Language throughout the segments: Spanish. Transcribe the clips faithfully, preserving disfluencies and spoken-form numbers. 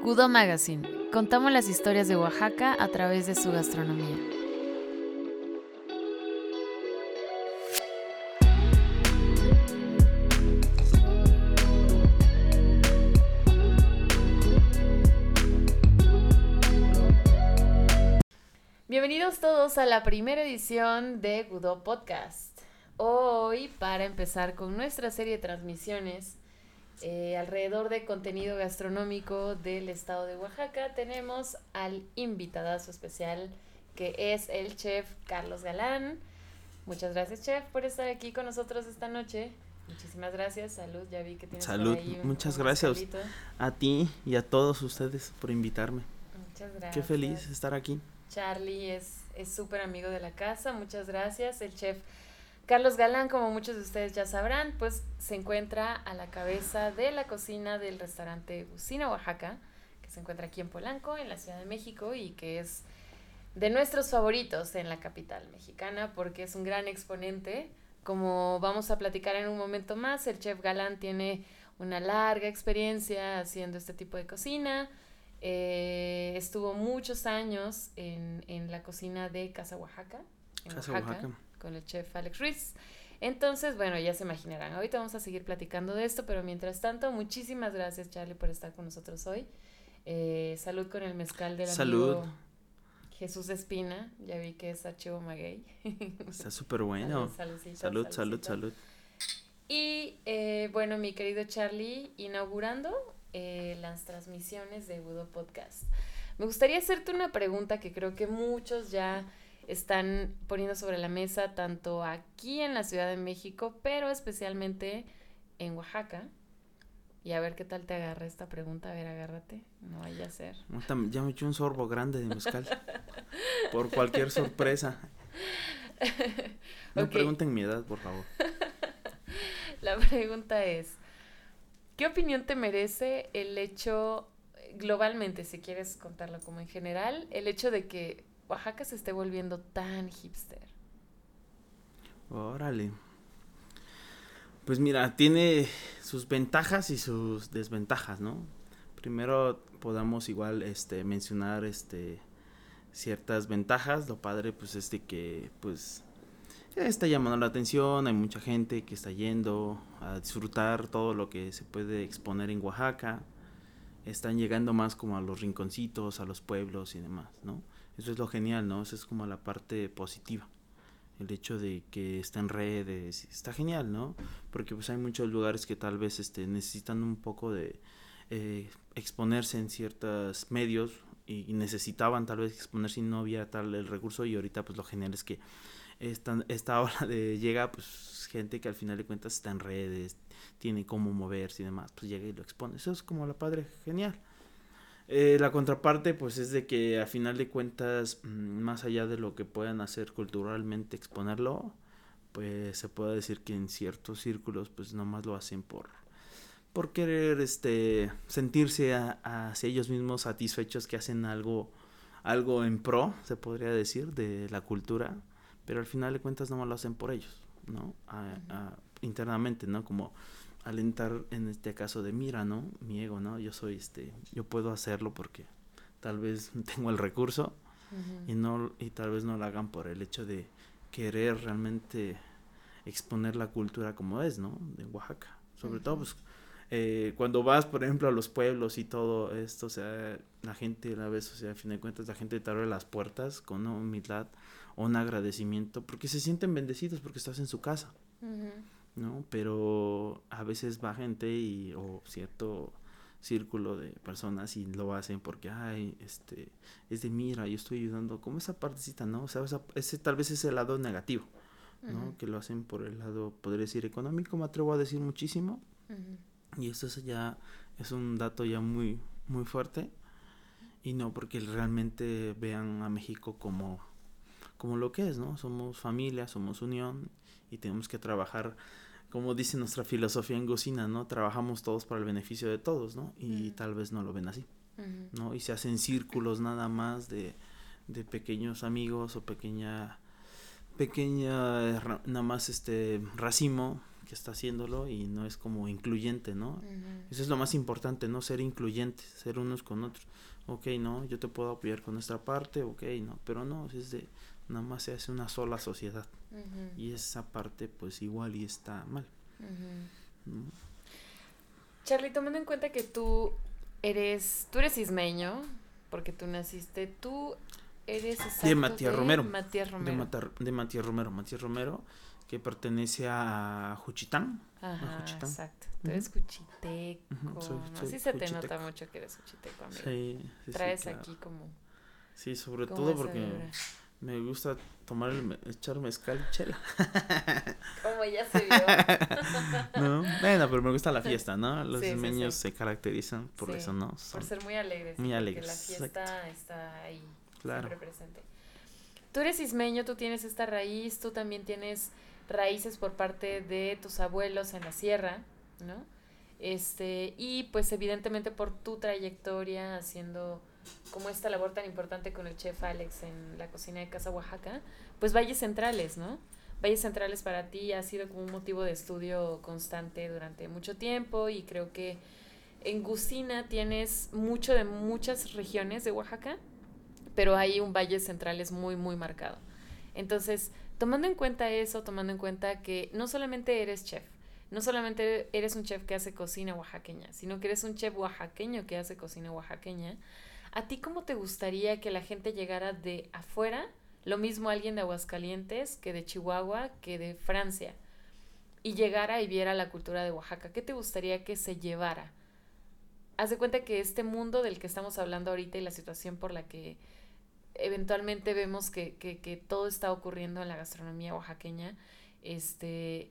Kudo Magazine. Contamos las historias de Oaxaca a través de su gastronomía. Bienvenidos todos a la primera edición de Kudo Podcast. Hoy, para empezar con nuestra serie de transmisiones eh, alrededor de contenido gastronómico del estado de Oaxaca, tenemos al invitadazo especial que es el chef Carlos Galán. Muchas gracias, chef, por estar aquí con nosotros esta noche. Muchísimas gracias, salud, ya vi que tienes salud, por ahí un, muchas un gracias mezcalito. A ti y a todos ustedes por invitarme. Muchas gracias. Qué feliz estar aquí. Charlie es es súper amigo de la casa, muchas gracias. El chef Carlos Galán, como muchos de ustedes ya sabrán, pues se encuentra a la cabeza de la cocina del restaurante Bucina Oaxaca, que se encuentra aquí en Polanco, en la Ciudad de México, y que es de nuestros favoritos en la capital mexicana, porque es un gran exponente. Como vamos a platicar en un momento más, el chef Galán tiene una larga experiencia haciendo este tipo de cocina. Eh, estuvo muchos años en, en la cocina de Casa Oaxaca, en Casa Oaxaca, Oaxaca, con el chef Alex Ruiz. Entonces, bueno, ya se imaginarán, ahorita vamos a seguir platicando de esto, pero mientras tanto, muchísimas gracias, Charlie, por estar con nosotros hoy. Eh, salud con el mezcal del salud. amigo Jesús Espina, ya vi que es Archivo Maguey. Está súper bueno. Salud, salud, salud, salud, salud. Y eh, bueno, mi querido Charlie, inaugurando eh, las transmisiones de Kudo Podcast, me gustaría hacerte una pregunta que creo que muchos ya están poniendo sobre la mesa, tanto aquí en la Ciudad de México, pero especialmente en Oaxaca. Y a ver qué tal te agarra esta pregunta. A ver, agárrate, no vaya a ser. Ya me eché un sorbo grande de mezcal por cualquier sorpresa. No okay. Pregunten mi edad, por favor. La pregunta es, ¿qué opinión te merece el hecho, globalmente, si quieres contarlo como en general, el hecho de que Oaxaca se esté volviendo tan hipster? Órale. Pues mira, tiene sus ventajas y sus desventajas, ¿no? Primero podamos igual este mencionar este ciertas ventajas. Lo padre pues es de que pues está llamando la atención, hay mucha gente que está yendo a disfrutar todo lo que se puede exponer en Oaxaca. Están llegando más como a los rinconcitos, a los pueblos y demás, ¿no? Eso es lo genial, ¿no? Eso es como la parte positiva. El hecho de que está en redes, está genial, ¿no? Porque pues hay muchos lugares que tal vez este, necesitan un poco de eh, exponerse en ciertos medios y, y necesitaban tal vez exponerse y no había tal el recurso, y ahorita pues lo genial es que esta, esta hora de llega pues gente que al final de cuentas está en redes, tiene cómo moverse y demás, pues llega y lo expone. Eso es como la padre genial. Eh, la contraparte pues es de que a final de cuentas, más allá de lo que puedan hacer culturalmente, exponerlo, pues se puede decir que en ciertos círculos pues nomás lo hacen por por querer este sentirse a, a hacia ellos mismos satisfechos, que hacen algo algo en pro, se podría decir, de la cultura, pero al final de cuentas nomás lo hacen por ellos, ¿no? A, a, internamente, ¿no? Como alentar en este caso de mira, ¿no? Mi ego, ¿no? Yo soy este, yo puedo hacerlo porque tal vez tengo el recurso, uh-huh. y no y tal vez no lo hagan por el hecho de querer realmente exponer la cultura como es, ¿no? De Oaxaca. Sobre uh-huh. todo pues eh, cuando vas, por ejemplo, a los pueblos y todo esto, o sea, la gente la vez, o sea, a fin de cuentas la gente te abre las puertas con una humildad o un agradecimiento porque se sienten bendecidos porque estás en su casa. Uh-huh. ¿No? Pero a veces va gente y o cierto círculo de personas y lo hacen porque ay, este es de mira, yo estoy ayudando, como esa partecita, ¿no? O sea, esa, ese tal vez es el lado negativo, ¿no? Uh-huh. Que lo hacen por el lado, podría decir, económico, me atrevo a decir muchísimo. Uh-huh. Y eso es ya es un dato ya muy muy fuerte, y no porque realmente vean a México como como lo que es, ¿no? Somos familia, somos unión y tenemos que trabajar, como dice nuestra filosofía en Cocina, ¿no? Trabajamos todos para el beneficio de todos, ¿no? Y uh-huh. tal vez no lo ven así, uh-huh. ¿no? Y se hacen círculos nada más de, de pequeños amigos o pequeña, pequeña, nada más este racimo que está haciéndolo y no es como incluyente, ¿no? Uh-huh. Eso es lo más importante, no ser incluyentes, ser unos con otros. Ok, no, yo te puedo apoyar con esta parte, ok, no, pero no, es de, nada más se hace una sola sociedad. Uh-huh. Y esa parte pues igual y está mal. Uh-huh. ¿No? Charly, tomando en cuenta que tú eres, tú eres ismeño, porque tú naciste, tú eres exacto de Matías de Romero. Matías Romero. De, Matar, de Matías Romero, Matías Romero, que pertenece a Juchitán. Ajá, a Juchitán. Exacto. Tú eres juchiteco. Uh-huh. Soy, soy Así se juchiteco. te nota mucho que eres juchiteco, amigo. Sí, sí, Traes sí, claro. aquí como... Sí, sobre todo porque vibra. Me gusta tomar, el, echar mezcal y chela. Como ya se vio. No, bueno, pero me gusta la fiesta, ¿no? Los sí, ismeños sí, sí. se caracterizan por sí, eso, ¿no? Son por ser muy alegres. Muy alegres. Porque la fiesta exacto. está ahí, claro. siempre presente. Tú eres ismeño, tú tienes esta raíz, tú también tienes raíces por parte de tus abuelos en la sierra, ¿no? Este, y pues evidentemente por tu trayectoria haciendo como esta labor tan importante con el chef Alex en la cocina de Casa Oaxaca, pues Valles Centrales, ¿no? Valles Centrales para ti ha sido como un motivo de estudio constante durante mucho tiempo y creo que en Gusina tienes mucho de muchas regiones de Oaxaca, pero hay un Valles Centrales muy, muy marcado. Entonces, tomando en cuenta eso, tomando en cuenta que no solamente eres chef, no solamente eres un chef que hace cocina oaxaqueña, sino que eres un chef oaxaqueño que hace cocina oaxaqueña, ¿a ti cómo te gustaría que la gente llegara de afuera? Lo mismo alguien de Aguascalientes que de Chihuahua, que de Francia, y llegara y viera la cultura de Oaxaca. ¿Qué te gustaría que se llevara? Haz de cuenta que este mundo del que estamos hablando ahorita y la situación por la que eventualmente vemos que, que, que todo está ocurriendo en la gastronomía oaxaqueña, este...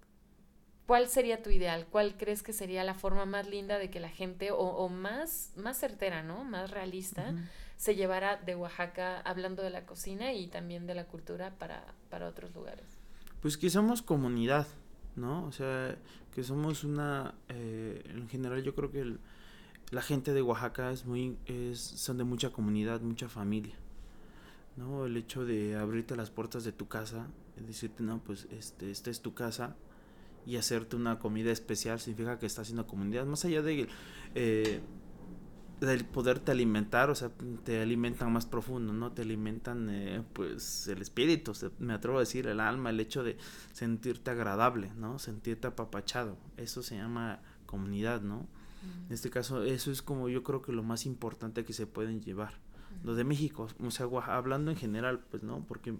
¿cuál sería tu ideal? ¿Cuál crees que sería la forma más linda de que la gente, o, o más, más certera, ¿no? Más realista, uh-huh. se llevara de Oaxaca hablando de la cocina y también de la cultura para, para otros lugares? Pues que somos comunidad, ¿no? O sea, que somos una... Eh, en general yo creo que el, la gente de Oaxaca es muy es, son de mucha comunidad, mucha familia, ¿no? El hecho de abrirte las puertas de tu casa, decirte, no, pues este, esta es tu casa, y hacerte una comida especial significa que estás haciendo comunidad, más allá de eh, del poderte alimentar, o sea, te alimentan más profundo, ¿no? Te alimentan eh, pues el espíritu, me atrevo a decir, el alma, el hecho de sentirte agradable, ¿no? Sentirte apapachado, eso se llama comunidad, ¿no? Uh-huh. En este caso, eso es como yo creo que lo más importante que se pueden llevar. Uh-huh. Lo de México, o sea, hablando en general, pues, ¿no? Porque,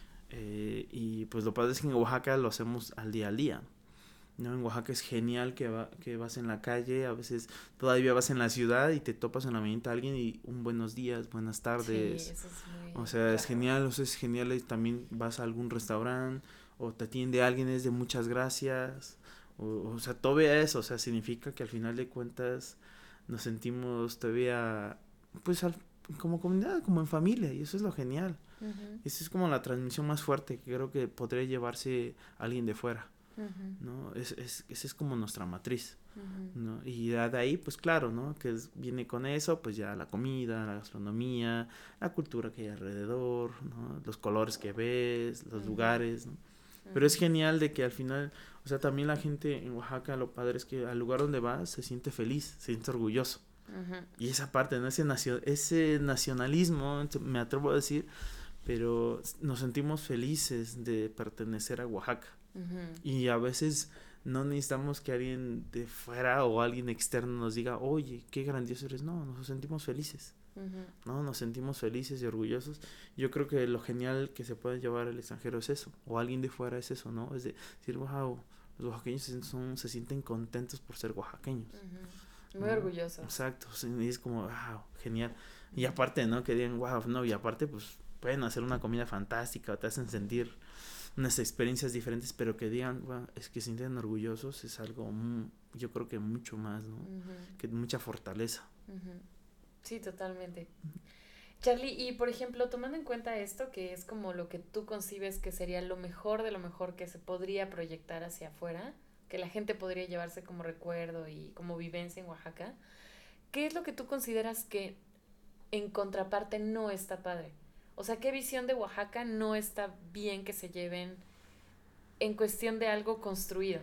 eh, y pues lo padre es que en Oaxaca lo hacemos al día al día. No, en Oaxaca es genial que, va, que vas en la calle, a veces todavía vas en la ciudad y te topas en la mañana a alguien y un buenos días, buenas tardes. Sí, eso es muy o sea, claro. Es genial, o sea, es genial, y también vas a algún restaurante o te atiende alguien, es de muchas gracias, o, o sea, todavía eso, o sea, significa que al final de cuentas nos sentimos todavía, pues, al, como comunidad, como en familia, y eso es lo genial. Uh-huh. Esa es como la transmisión más fuerte que creo que podría llevarse alguien de fuera. Uh-huh. ¿No? Es, es, esa es como nuestra matriz. Uh-huh. ¿No? Y de ahí, pues claro, ¿no? Que es, viene con eso, pues ya la comida, la gastronomía, la cultura que hay alrededor, ¿no? Los colores que ves, los uh-huh. lugares, ¿no? Uh-huh. Pero es genial de que al final, o sea, también la gente en Oaxaca, lo padre es que al lugar donde va se siente feliz, se siente orgulloso. Uh-huh. Y esa parte, ¿no? Ese, nacio- ese nacionalismo, me atrevo a decir, pero nos sentimos felices de pertenecer a Oaxaca. Uh-huh. Y a veces no necesitamos que alguien de fuera o alguien externo nos diga, oye, qué grandioso eres. No, nos sentimos felices. Uh-huh. No, nos sentimos felices y orgullosos. Yo creo que lo genial que se puede llevar al extranjero es eso, o alguien de fuera es eso, ¿no? Es de decir, wow, los oaxaqueños son, se sienten contentos por ser oaxaqueños. Uh-huh. Muy ¿no? orgullosos. Exacto, y es como, wow, genial. Uh-huh. Y aparte, ¿no? Que digan, wow, no, y aparte, pues pueden hacer una comida fantástica o te hacen sentir unas experiencias diferentes, pero que digan, bueno, es que se sienten orgullosos, es algo, mm, yo creo que mucho más, ¿no? Uh-huh. Que mucha fortaleza. Uh-huh. Sí, totalmente. Uh-huh. Charly, y por ejemplo, tomando en cuenta esto, que es como lo que tú concibes que sería lo mejor de lo mejor que se podría proyectar hacia afuera, que la gente podría llevarse como recuerdo y como vivencia en Oaxaca, ¿qué es lo que tú consideras que en contraparte no está padre? O sea, ¿qué visión de Oaxaca no está bien que se lleven en cuestión de algo construido?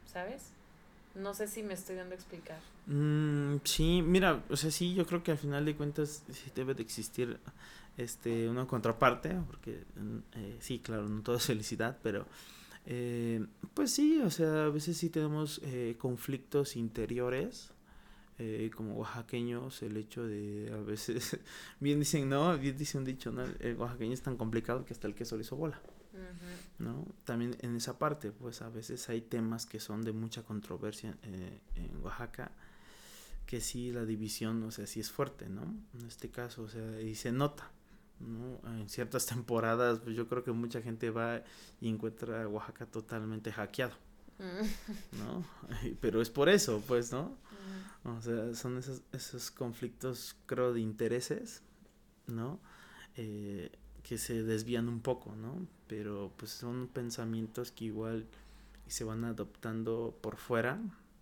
¿sabes? No sé si me estoy dando a explicar. Mm, sí, mira, o sea, sí, yo creo que al final de cuentas sí debe de existir este una contraparte, porque eh, sí, claro, no todo es felicidad, pero eh, pues sí, o sea, a veces sí tenemos eh, conflictos interiores, eh, como oaxaqueños, el hecho de a veces, bien dicen, no, bien dice un dicho, ¿no? El oaxaqueño es tan complicado que hasta el queso le hizo bola. Uh-huh. ¿No? También en esa parte, pues a veces hay temas que son de mucha controversia eh, en Oaxaca, que sí la división, o sea, sí es fuerte, ¿no? En este caso, o sea, y se nota, ¿no? En ciertas temporadas, pues yo creo que mucha gente va y encuentra a Oaxaca totalmente hackeado, ¿no? Pero es por eso, pues, ¿no? O sea, son esos, esos conflictos, creo, de intereses, ¿no? Eh, que se desvían un poco, ¿no? Pero pues son pensamientos que igual se van adoptando por fuera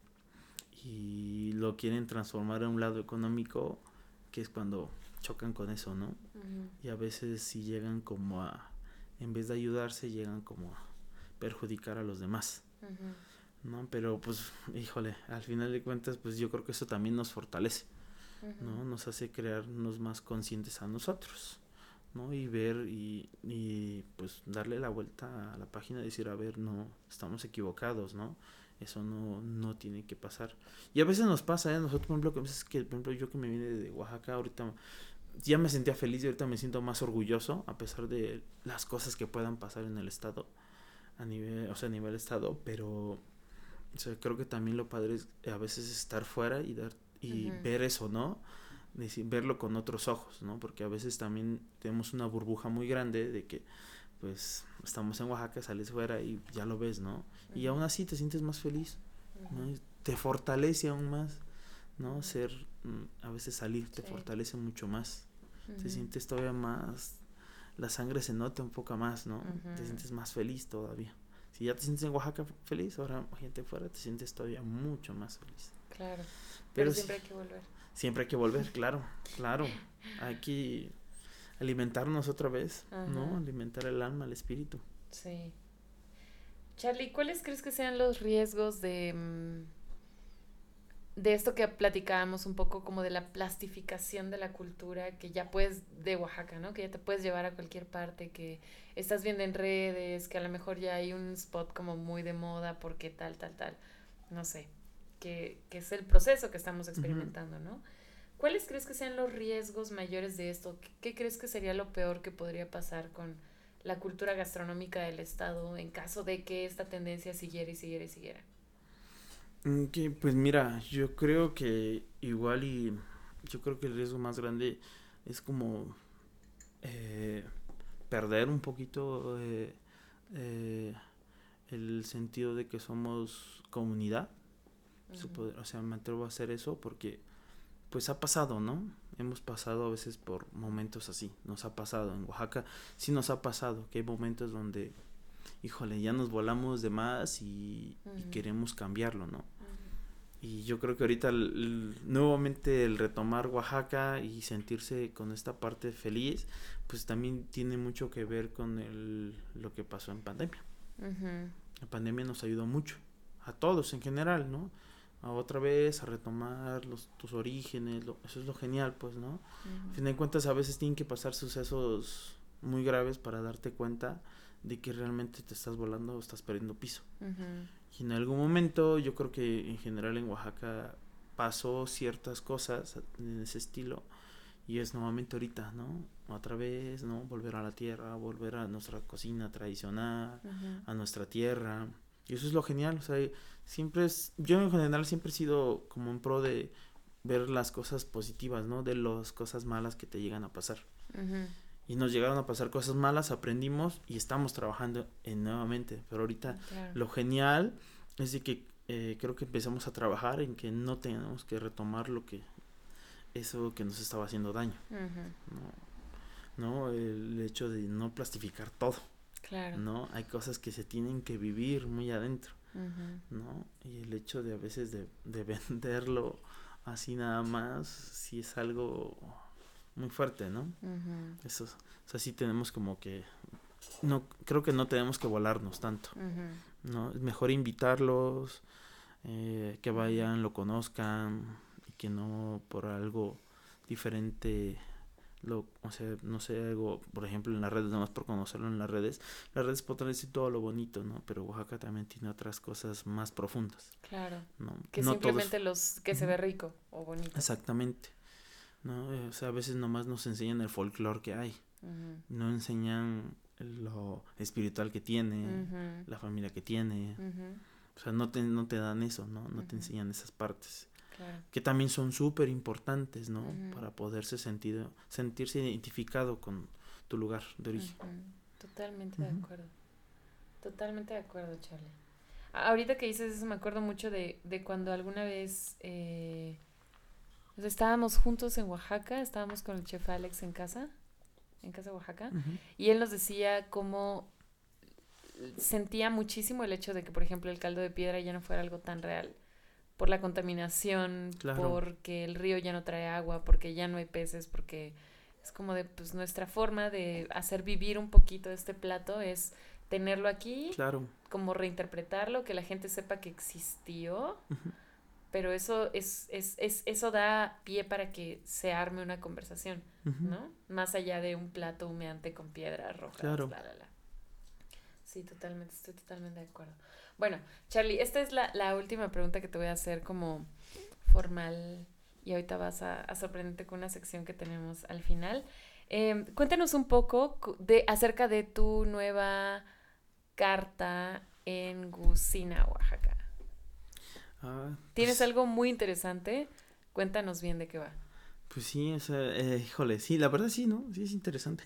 y lo quieren transformar a un lado económico, que es cuando chocan con eso, ¿no? Uh-huh. Y a veces sí llegan como a, en vez de ayudarse, llegan como a perjudicar a los demás. Uh-huh. ¿No? Pero pues, híjole, al final de cuentas, pues yo creo que eso también nos fortalece, uh-huh. ¿no? Nos hace crearnos más conscientes a nosotros, ¿no? Y ver y, y pues darle la vuelta a la página y decir, a ver, no, estamos equivocados, ¿no? Eso no, no tiene que pasar. Y a veces nos pasa, ¿eh? Nosotros, por ejemplo, que a veces que, por ejemplo, yo que me vine de Oaxaca, ahorita ya me sentía feliz y ahorita me siento más orgulloso, a pesar de las cosas que puedan pasar en el estado, a nivel, o sea, a nivel estado, pero, o sea, creo que también lo padre es a veces estar fuera y dar, y uh-huh. ver eso, ¿no? Decir, verlo con otros ojos, ¿no? Porque a veces también tenemos una burbuja muy grande de que, pues, estamos en Oaxaca, sales fuera y ya lo ves, ¿no? Uh-huh. Y aún así te sientes más feliz, uh-huh. ¿no? Te fortalece aún más, ¿no? Uh-huh. Ser, a veces salir te sí. fortalece mucho más. Uh-huh. Te sientes todavía más, la sangre se nota un poco más, ¿no? Uh-huh. Te sientes más feliz todavía. Si ya te sientes en Oaxaca feliz, ahora gente fuera te sientes todavía mucho más feliz. Claro, pero, pero siempre hay que volver. Siempre hay que volver, claro, claro. Hay que alimentarnos otra vez, ajá. ¿no? Alimentar el alma, el espíritu. Sí. Charlie, ¿cuáles crees que sean los riesgos de, de esto que platicábamos un poco como de la plastificación de la cultura que ya puedes, de Oaxaca, ¿no? Que ya te puedes llevar a cualquier parte, que estás viendo en redes, que a lo mejor ya hay un spot como muy de moda porque tal, tal, tal, no sé. Que, que es el proceso que estamos experimentando, uh-huh. ¿no? ¿Cuáles crees que sean los riesgos mayores de esto? ¿Qué, ¿Qué crees que sería lo peor que podría pasar con la cultura gastronómica del estado en caso de que esta tendencia siguiera y siguiera y siguiera? Okay, pues mira, yo creo que igual y yo creo que el riesgo más grande es como eh, perder un poquito eh, eh, el sentido de que somos comunidad. Uh-huh. O sea, me atrevo a hacer eso porque pues ha pasado, ¿no? Hemos pasado a veces por momentos así, nos ha pasado en Oaxaca, sí nos ha pasado que hay momentos donde, híjole, ya nos volamos de más y, uh-huh. y queremos cambiarlo, ¿no? Uh-huh. Y yo creo que ahorita el, el, nuevamente el retomar Oaxaca y sentirse con esta parte feliz, pues también tiene mucho que ver con el, lo que pasó en pandemia. Uh-huh. La pandemia nos ayudó mucho, a todos en general, ¿no? A otra vez a retomar los, tus orígenes, lo, eso es lo genial, pues, ¿no? Uh-huh. A fin de cuentas, a veces tienen que pasar sucesos muy graves para darte cuenta de que realmente te estás volando o estás perdiendo piso. Uh-huh. Y en algún momento, yo creo que en general en Oaxaca pasó ciertas cosas en ese estilo, y es nuevamente ahorita, ¿no? Otra vez, ¿no? Volver a la tierra, volver a nuestra cocina tradicional, uh-huh. a nuestra tierra. Y eso es lo genial, o sea, siempre es, yo en general siempre he sido como en pro de ver las cosas positivas, ¿no? De las cosas malas que te llegan a pasar. Uh-huh. Y nos llegaron a pasar cosas malas, aprendimos y estamos trabajando en nuevamente. Pero ahorita claro. Lo genial es de que eh, creo que empezamos a trabajar en que no tenemos que retomar lo que, eso que nos estaba haciendo daño. Uh-huh. ¿No? ¿No? El hecho de no plastificar todo. Claro. ¿No? Hay cosas que se tienen que vivir muy adentro, uh-huh. ¿no? Y el hecho de a veces de, de venderlo así nada más, sí es algo muy fuerte, ¿no? Uh-huh. Eso, o sea, sí tenemos como que, no, creo que no tenemos que volarnos tanto, uh-huh. ¿no? Es mejor invitarlos, eh, que vayan, lo conozcan, y que no por algo diferente, lo, o sea, no sé, algo, por ejemplo, en las redes, nada más por conocerlo en las redes, las redes pueden decir todo lo bonito, ¿no? Pero Oaxaca también tiene otras cosas más profundas. Claro. ¿No? Que No simplemente todos... los, que se ve rico o bonito. Exactamente. ¿No? Eh, o sea, a veces nomás nos enseñan el folclore que hay. Uh-huh. No enseñan lo espiritual que tiene, Uh-huh. la familia que tiene. Uh-huh. O sea, no te, no te dan eso, ¿no? No uh-huh. te enseñan esas partes. Claro. Que también son súper importantes, ¿no? Uh-huh. Para poderse sentido, sentirse identificado con tu lugar de origen. Uh-huh. Totalmente uh-huh. de acuerdo. Totalmente de acuerdo, Charlie. Ahorita que dices eso me acuerdo mucho de, de cuando alguna vez eh, pues estábamos juntos en Oaxaca, estábamos con el chef Alex en casa, en casa de Oaxaca, uh-huh. y él nos decía cómo sentía muchísimo el hecho de que, por ejemplo, el caldo de piedra ya no fuera algo tan real, por la contaminación, claro. porque el río ya no trae agua, porque ya no hay peces, porque es como de, pues, nuestra forma de hacer vivir un poquito este plato es tenerlo aquí, claro. como reinterpretarlo, que la gente sepa que existió, uh-huh. pero eso es, es, es eso da pie para que se arme una conversación, uh-huh. ¿no? Más allá de un plato humeante con piedras rojas, claro. la, la, la. Sí, totalmente, estoy totalmente de acuerdo. Bueno, Charlie, esta es la, la última pregunta que te voy a hacer como formal, y ahorita vas a, a sorprenderte con una sección que tenemos al final. Eh, cuéntanos un poco de, acerca de tu nueva carta en Gusina, Oaxaca. Ah, pues, ¿Tienes algo muy interesante? Cuéntanos bien de qué va. Pues sí, o sea, eh, híjole, sí, la verdad sí, ¿no? Sí es interesante.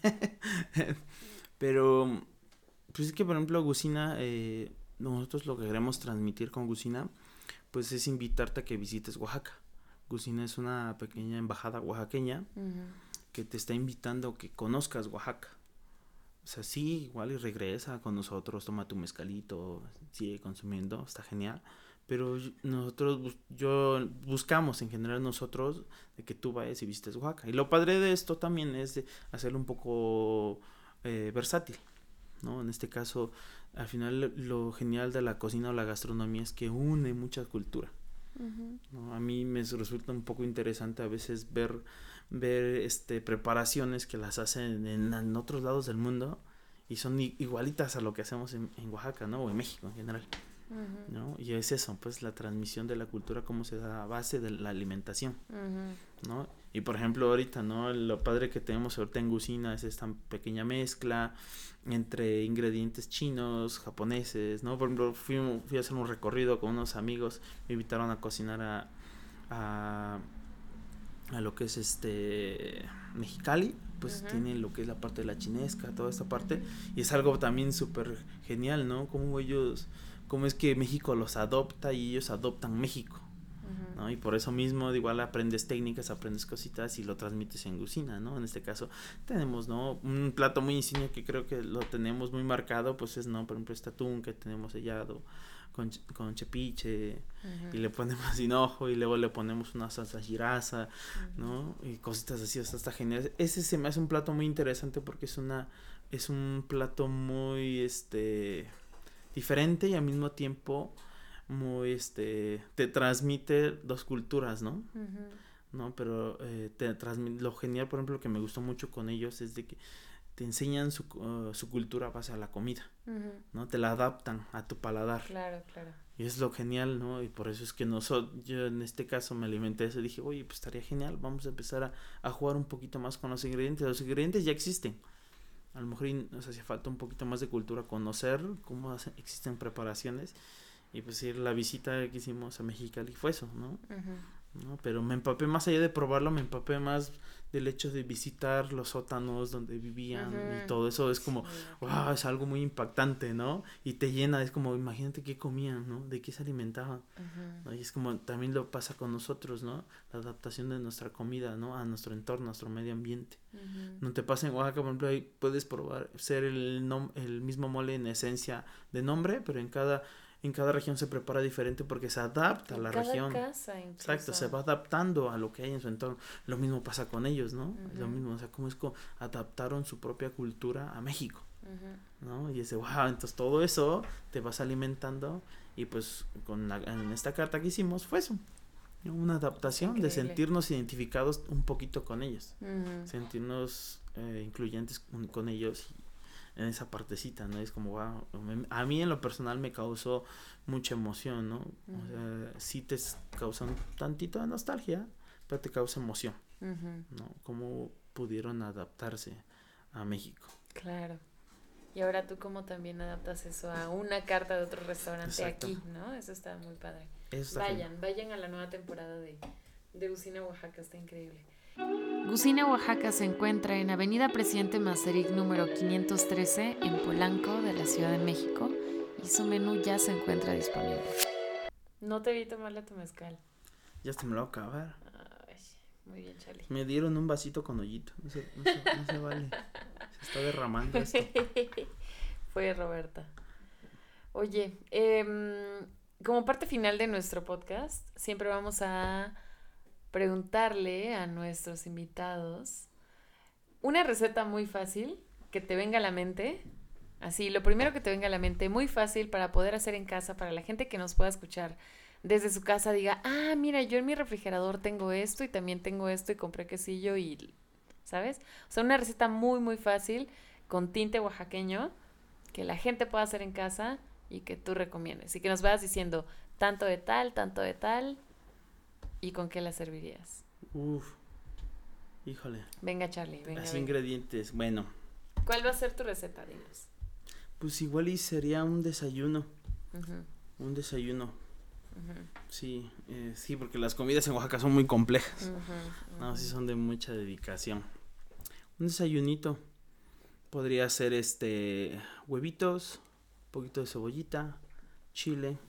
Pero, pues es que, por ejemplo, Gusina, eh, nosotros lo que queremos transmitir con Gusina, pues es invitarte a que visites Oaxaca. Gusina es una pequeña embajada oaxaqueña uh-huh. que te está invitando a que conozcas Oaxaca. O sea, sí, igual y regresa con nosotros, toma tu mezcalito, sigue consumiendo, está genial. Pero nosotros, yo buscamos en general nosotros de que tú vayas y visites Oaxaca. Y lo padre de esto también es de hacerlo un poco eh, versátil, ¿no? En este caso, al final lo genial de la cocina o la gastronomía es que une mucha cultura. Uh-huh. ¿No? A mí me resulta un poco interesante a veces ver, ver este, preparaciones que las hacen en, en otros lados del mundo y son igualitas a lo que hacemos en, en Oaxaca, ¿no? O en México en general. Uh-huh. ¿No? Y es eso, pues la transmisión de la cultura, cómo se da a base de la alimentación, uh-huh. ¿no? Y por ejemplo ahorita, ¿no? Lo padre que tenemos ahorita en Gusina es esta pequeña mezcla entre ingredientes chinos, japoneses, ¿no? Por ejemplo, fui, fui a hacer un recorrido con unos amigos, me invitaron a cocinar a, a, a lo que es este Mexicali, pues uh-huh. tienen lo que es la parte de la chinesca, toda esta parte, y es algo también súper genial, ¿no? Como ellos... cómo es que México los adopta y ellos adoptan México, uh-huh. ¿no? Y por eso mismo igual aprendes técnicas, aprendes cositas y lo transmites en Gusina, ¿no? En este caso tenemos, ¿no? Un plato muy insignia que creo que lo tenemos muy marcado, pues es, ¿no? Por ejemplo, este atún que tenemos sellado con, con chepiche, uh-huh. y le ponemos hinojo y luego le ponemos una salsa giraza, uh-huh. ¿no? Y cositas así, o sea, está genial. Ese se me hace un plato muy interesante porque es una, es un plato muy, este... diferente y al mismo tiempo muy este te transmite dos culturas, ¿no? Uh-huh. No, pero eh, te transmite lo genial, por ejemplo, lo que me gustó mucho con ellos es de que te enseñan su, uh, su cultura a base a la comida, uh-huh. ¿no? Te la adaptan a tu paladar. Claro, claro. Y es lo genial, ¿no? Y por eso es que nosotros, yo en este caso me alimenté eso y dije, oye, pues estaría genial, vamos a empezar a, a jugar un poquito más con los ingredientes. Los ingredientes ya existen. A lo mejor nos hacía falta un poquito más de cultura, conocer cómo hace, existen preparaciones. Y pues ir la visita que hicimos a Mexicali fue eso, ¿no? Uh-huh. ¿no? Pero me empapé más allá de probarlo, me empapé más del hecho de visitar los sótanos donde vivían, uh-huh. y todo eso es como, sí, wow, es algo muy impactante, ¿no? Y te llena, es como, imagínate qué comían, ¿no? De qué se alimentaban, uh-huh. ¿no? Y es como, también lo pasa con nosotros, ¿no? La adaptación de nuestra comida, ¿no? A nuestro entorno, a nuestro medio ambiente. Uh-huh. No te pasa en Oaxaca, por ejemplo, ahí puedes probar, ser el, nom- el mismo mole en esencia de nombre, pero en cada... en cada región se prepara diferente porque se adapta a la cada región. Casa, incluso. Exacto, se va adaptando a lo que hay en su entorno. Lo mismo pasa con ellos, ¿no? Uh-huh. Lo mismo, o sea, cómo es que adaptaron su propia cultura a México. uh-huh. ¿no? Y dice, wow, entonces todo eso te vas alimentando y pues con la, en esta carta que hicimos fue eso, una adaptación de sentirnos identificados un poquito con ellos, uh-huh. sentirnos eh, incluyentes con, con ellos y en esa partecita, ¿no? Es como, wow, a mí en lo personal me causó mucha emoción, ¿no? Uh-huh. O sea, sí te causa un tantito de nostalgia, pero te causa emoción, uh-huh. ¿no? Cómo pudieron adaptarse a México. Claro. Y ahora tú cómo también adaptas eso a una carta de otro restaurante. Exacto. Aquí, ¿no? Eso está muy padre. Está vayan, bien. vayan a la nueva temporada de, de Gusina Oaxaca, está increíble. Gusina Oaxaca se encuentra en Avenida Presidente Mazarik número quinientos trece en Polanco de la Ciudad de México y su menú ya se encuentra disponible. No te vi tomarle tu mezcal. Ya se me lo va a acabar. Ay, muy bien, Charlie. Me dieron un vasito con hoyito, no se, no se, no se vale. Se está derramando esto. Fue Roberta. Oye, eh, como parte final de nuestro podcast, siempre vamos a preguntarle a nuestros invitados una receta muy fácil que te venga a la mente. Así, lo primero que te venga a la mente, muy fácil para poder hacer en casa, para la gente que nos pueda escuchar desde su casa, diga, ah, mira, yo en mi refrigerador tengo esto y también tengo esto y compré quesillo y, ¿sabes? O sea, una receta muy, muy fácil, con tinte oaxaqueño, que la gente pueda hacer en casa y que tú recomiendes. Y que nos vayas diciendo tanto de tal, tanto de tal, y con qué la servirías. Uf, híjole. Venga, Charlie, venga. Las venga. ingredientes, bueno. ¿Cuál va a ser tu receta, dinos? Pues igual y sería un desayuno. Uh-huh. Un desayuno. Uh-huh. Sí, eh, sí, porque las comidas en Oaxaca son muy complejas. Uh-huh, uh-huh. No, sí son de mucha dedicación. Un desayunito. Podría ser este huevitos, un poquito de cebollita, chile,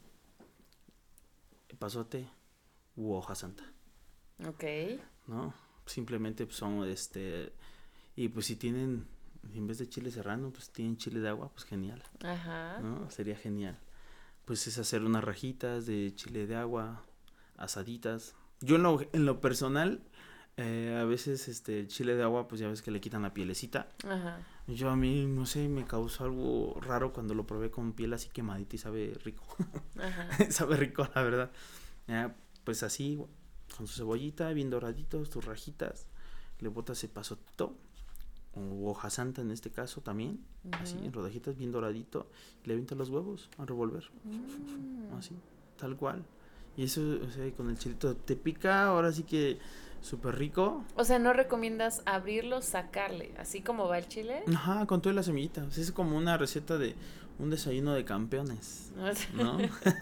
epazote u hoja santa. Ok. ¿No? Simplemente pues, son este y pues si tienen en vez de chile serrano, pues tienen chile de agua, pues genial. Ajá. ¿No? Sería genial. Pues es hacer unas rajitas de chile de agua, asaditas. Yo en lo, en lo personal, eh, a veces este chile de agua, pues ya ves que le quitan la pielecita. Ajá. Yo a mí, no sé, me causó algo raro cuando lo probé con piel así quemadita y sabe rico. Ajá. Sabe rico, la verdad. Ya, pues así, con su cebollita, bien doraditos, tus rajitas. Le botas el pasotito, o hoja santa en este caso también. Uh-huh. Así, en rodajitas bien doradito. Le avientas los huevos a revolver. Mm. Así, tal cual. Y eso, o sea, con el chilito te pica, ahora sí que súper rico. O sea, ¿no recomiendas abrirlo, sacarle, así como va el chile? Ajá, con toda la semillita. O sea, es como una receta de un desayuno de campeones, ¿no?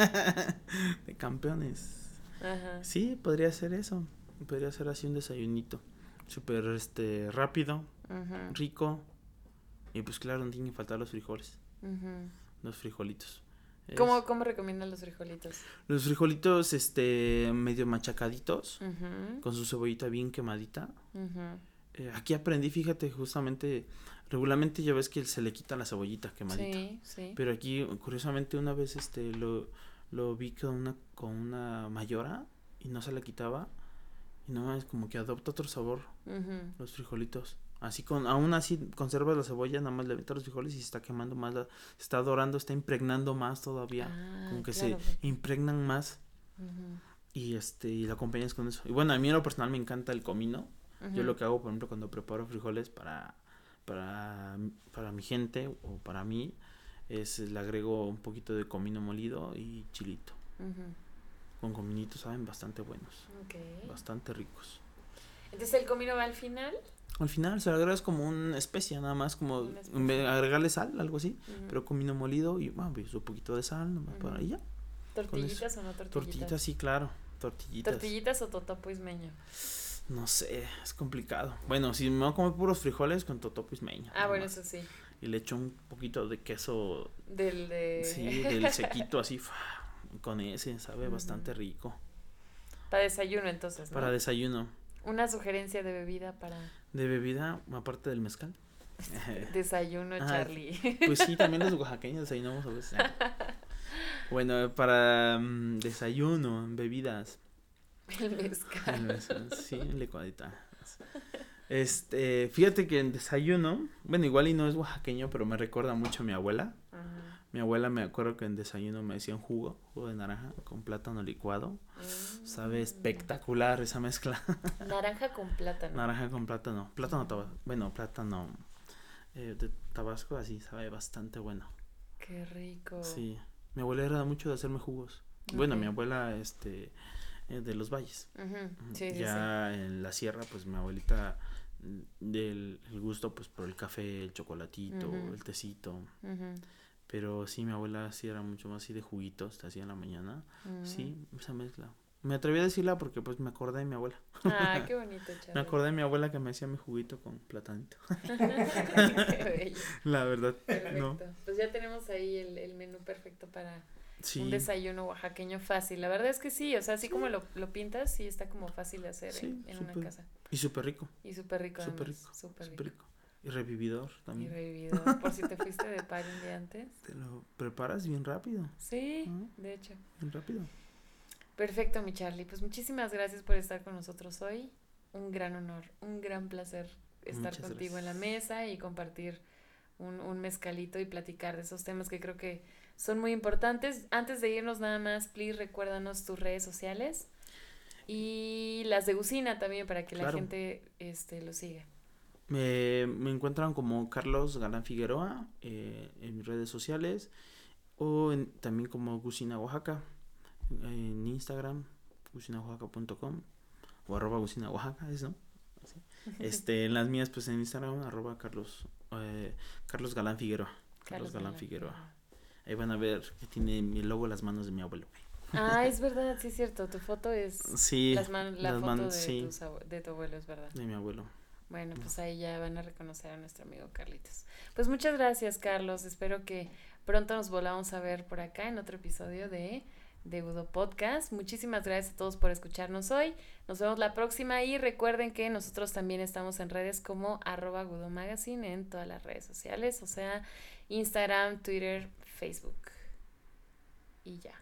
De campeones. Ajá. Sí, podría ser eso. Podría ser así un desayunito. Súper este, rápido, uh-huh. rico. Y pues claro, no tienen que faltar los frijoles. Uh-huh. Los frijolitos. ¿Cómo, ¿Cómo recomiendan los frijolitos? Los frijolitos, este, medio machacaditos, uh-huh. con su cebollita bien quemadita. Uh-huh. Eh, aquí aprendí, fíjate, justamente, regularmente ya ves que se le quita la cebollita quemadita. Sí, sí. Pero aquí, curiosamente, una vez, este, lo, lo vi con una, con una mayora y no se la quitaba. Y no, es como que adopta otro sabor, uh-huh. los frijolitos. Así con, aún así conservas la cebolla, nada más le metes los frijoles y se está quemando más, la, se está dorando, está impregnando más todavía, ah, como que claro. se impregnan más, uh-huh. y este, y la acompañas con eso. Y bueno, a mí en lo personal me encanta el comino. Uh-huh. Yo lo que hago, por ejemplo, cuando preparo frijoles para, para, para mi gente o para mí, es le agrego un poquito de comino molido y chilito. Uh-huh. Con cominitos saben bastante buenos, okay. bastante ricos. Entonces el comino va al final. Al final se le agregas como una especia, nada más como agregarle sal, algo así, uh-huh. pero comino molido y bueno, pues un poquito de sal, nomás uh-huh. para ahí ya. ¿Tortillitas o no tortillitas? Tortillitas, sí, claro, tortillitas. ¿Tortillitas o totopo ismeño? No sé, es complicado. Bueno, si me voy a comer puros frijoles con totopo ismeño. Ah, bueno, más. Eso sí. Y le echo un poquito de queso. Del de... Sí, del sequito así, con ese, sabe uh-huh. bastante rico. Para desayuno entonces, ¿no? Para desayuno. Una sugerencia de bebida para... De bebida, aparte del mezcal. Desayuno, ah, Charlie. Pues sí, también los oaxaqueños desayunamos a veces. Bueno, para um, desayuno, bebidas. El mezcal. El mezcal, sí, licuadita. Este, fíjate que en desayuno, bueno, igual y no es oaxaqueño, pero me recuerda mucho a mi abuela. Ajá. Mi abuela me acuerdo que en desayuno me decían jugo, jugo de naranja con plátano licuado. Mm. Sabe espectacular esa mezcla. Naranja con plátano. Naranja con plátano. Plátano tabasco, bueno, plátano eh, de Tabasco, así sabe bastante bueno. Qué rico. Sí, mi abuela era mucho de hacerme jugos. Okay. Bueno, mi abuela, este, eh, de los valles. Uh-huh. Sí, ya sí, sí. En la sierra, pues mi abuelita del el gusto pues por el café, el chocolatito, uh-huh. el tecito. Uh-huh. Pero sí, mi abuela sí era mucho más así de juguitos, te hacía en la mañana. Uh-huh. Sí, esa mezcla. Me atreví a decirla porque pues me acordé de mi abuela. Ah, qué bonito, Charlie. Me acordé de mi abuela que me hacía mi juguito con platanito. Qué bello. La verdad. Perfecto. No. Pues ya tenemos ahí el, el menú perfecto para sí. un desayuno oaxaqueño fácil. La verdad es que sí, o sea, así sí. como lo, lo pintas, sí está como fácil de hacer sí, en, en super, una casa. Y súper rico. Y súper rico Súper rico. Súper rico. rico. Y revividor también. Y revividor, por si te fuiste de par un día antes. Te lo preparas bien rápido. Sí, ¿no? De hecho. Bien rápido. Perfecto, mi Charlie. Pues muchísimas gracias por estar con nosotros hoy. Un gran honor, un gran placer estar Muchas contigo gracias. En la mesa y compartir un, un mezcalito y platicar de esos temas que creo que son muy importantes. Antes de irnos nada más, please, recuérdanos tus redes sociales y las de Gusina también para que claro. la gente este, lo siga. Me, me encuentran como Carlos Galán Figueroa eh, en mis redes sociales o en, también como Gusina Oaxaca en Instagram, gusina oaxaca punto com o arroba Gusina Oaxaca, ¿es no? Así. Este, en las mías pues en Instagram arroba Carlos eh, Carlos Galán Figueroa Carlos, Carlos Galán, Galán Figueroa. Figueroa. Ahí van a ver que tiene mi logo las manos de mi abuelo. Ah, es verdad, sí es cierto, tu foto es sí, las man- la las foto man- de, sí. tus abu- de tu abuelo, es verdad. De mi abuelo. Bueno, pues ahí ya van a reconocer a nuestro amigo Carlitos. Pues muchas gracias, Carlos. Espero que pronto nos volvamos a ver por acá en otro episodio de, de Udo Podcast. Muchísimas gracias a todos por escucharnos hoy. Nos vemos la próxima y recuerden que nosotros también estamos en redes como arroba Gudo Magazine en todas las redes sociales, o sea, Instagram, Twitter, Facebook. Y ya.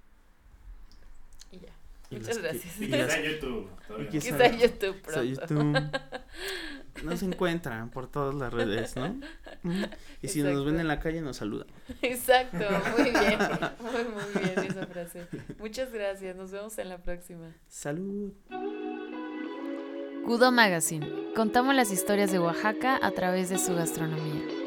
Y ya. Muchas gracias. Quizá YouTube. Quizá YouTube pronto. YouTube. Nos encuentran por todas las redes, ¿no? Y si Exacto. nos ven en la calle nos saludan. Exacto, muy bien. Muy, muy bien esa frase. Muchas gracias. Nos vemos en la próxima. Salud. Gudo Magazine. Contamos las historias de Oaxaca a través de su gastronomía.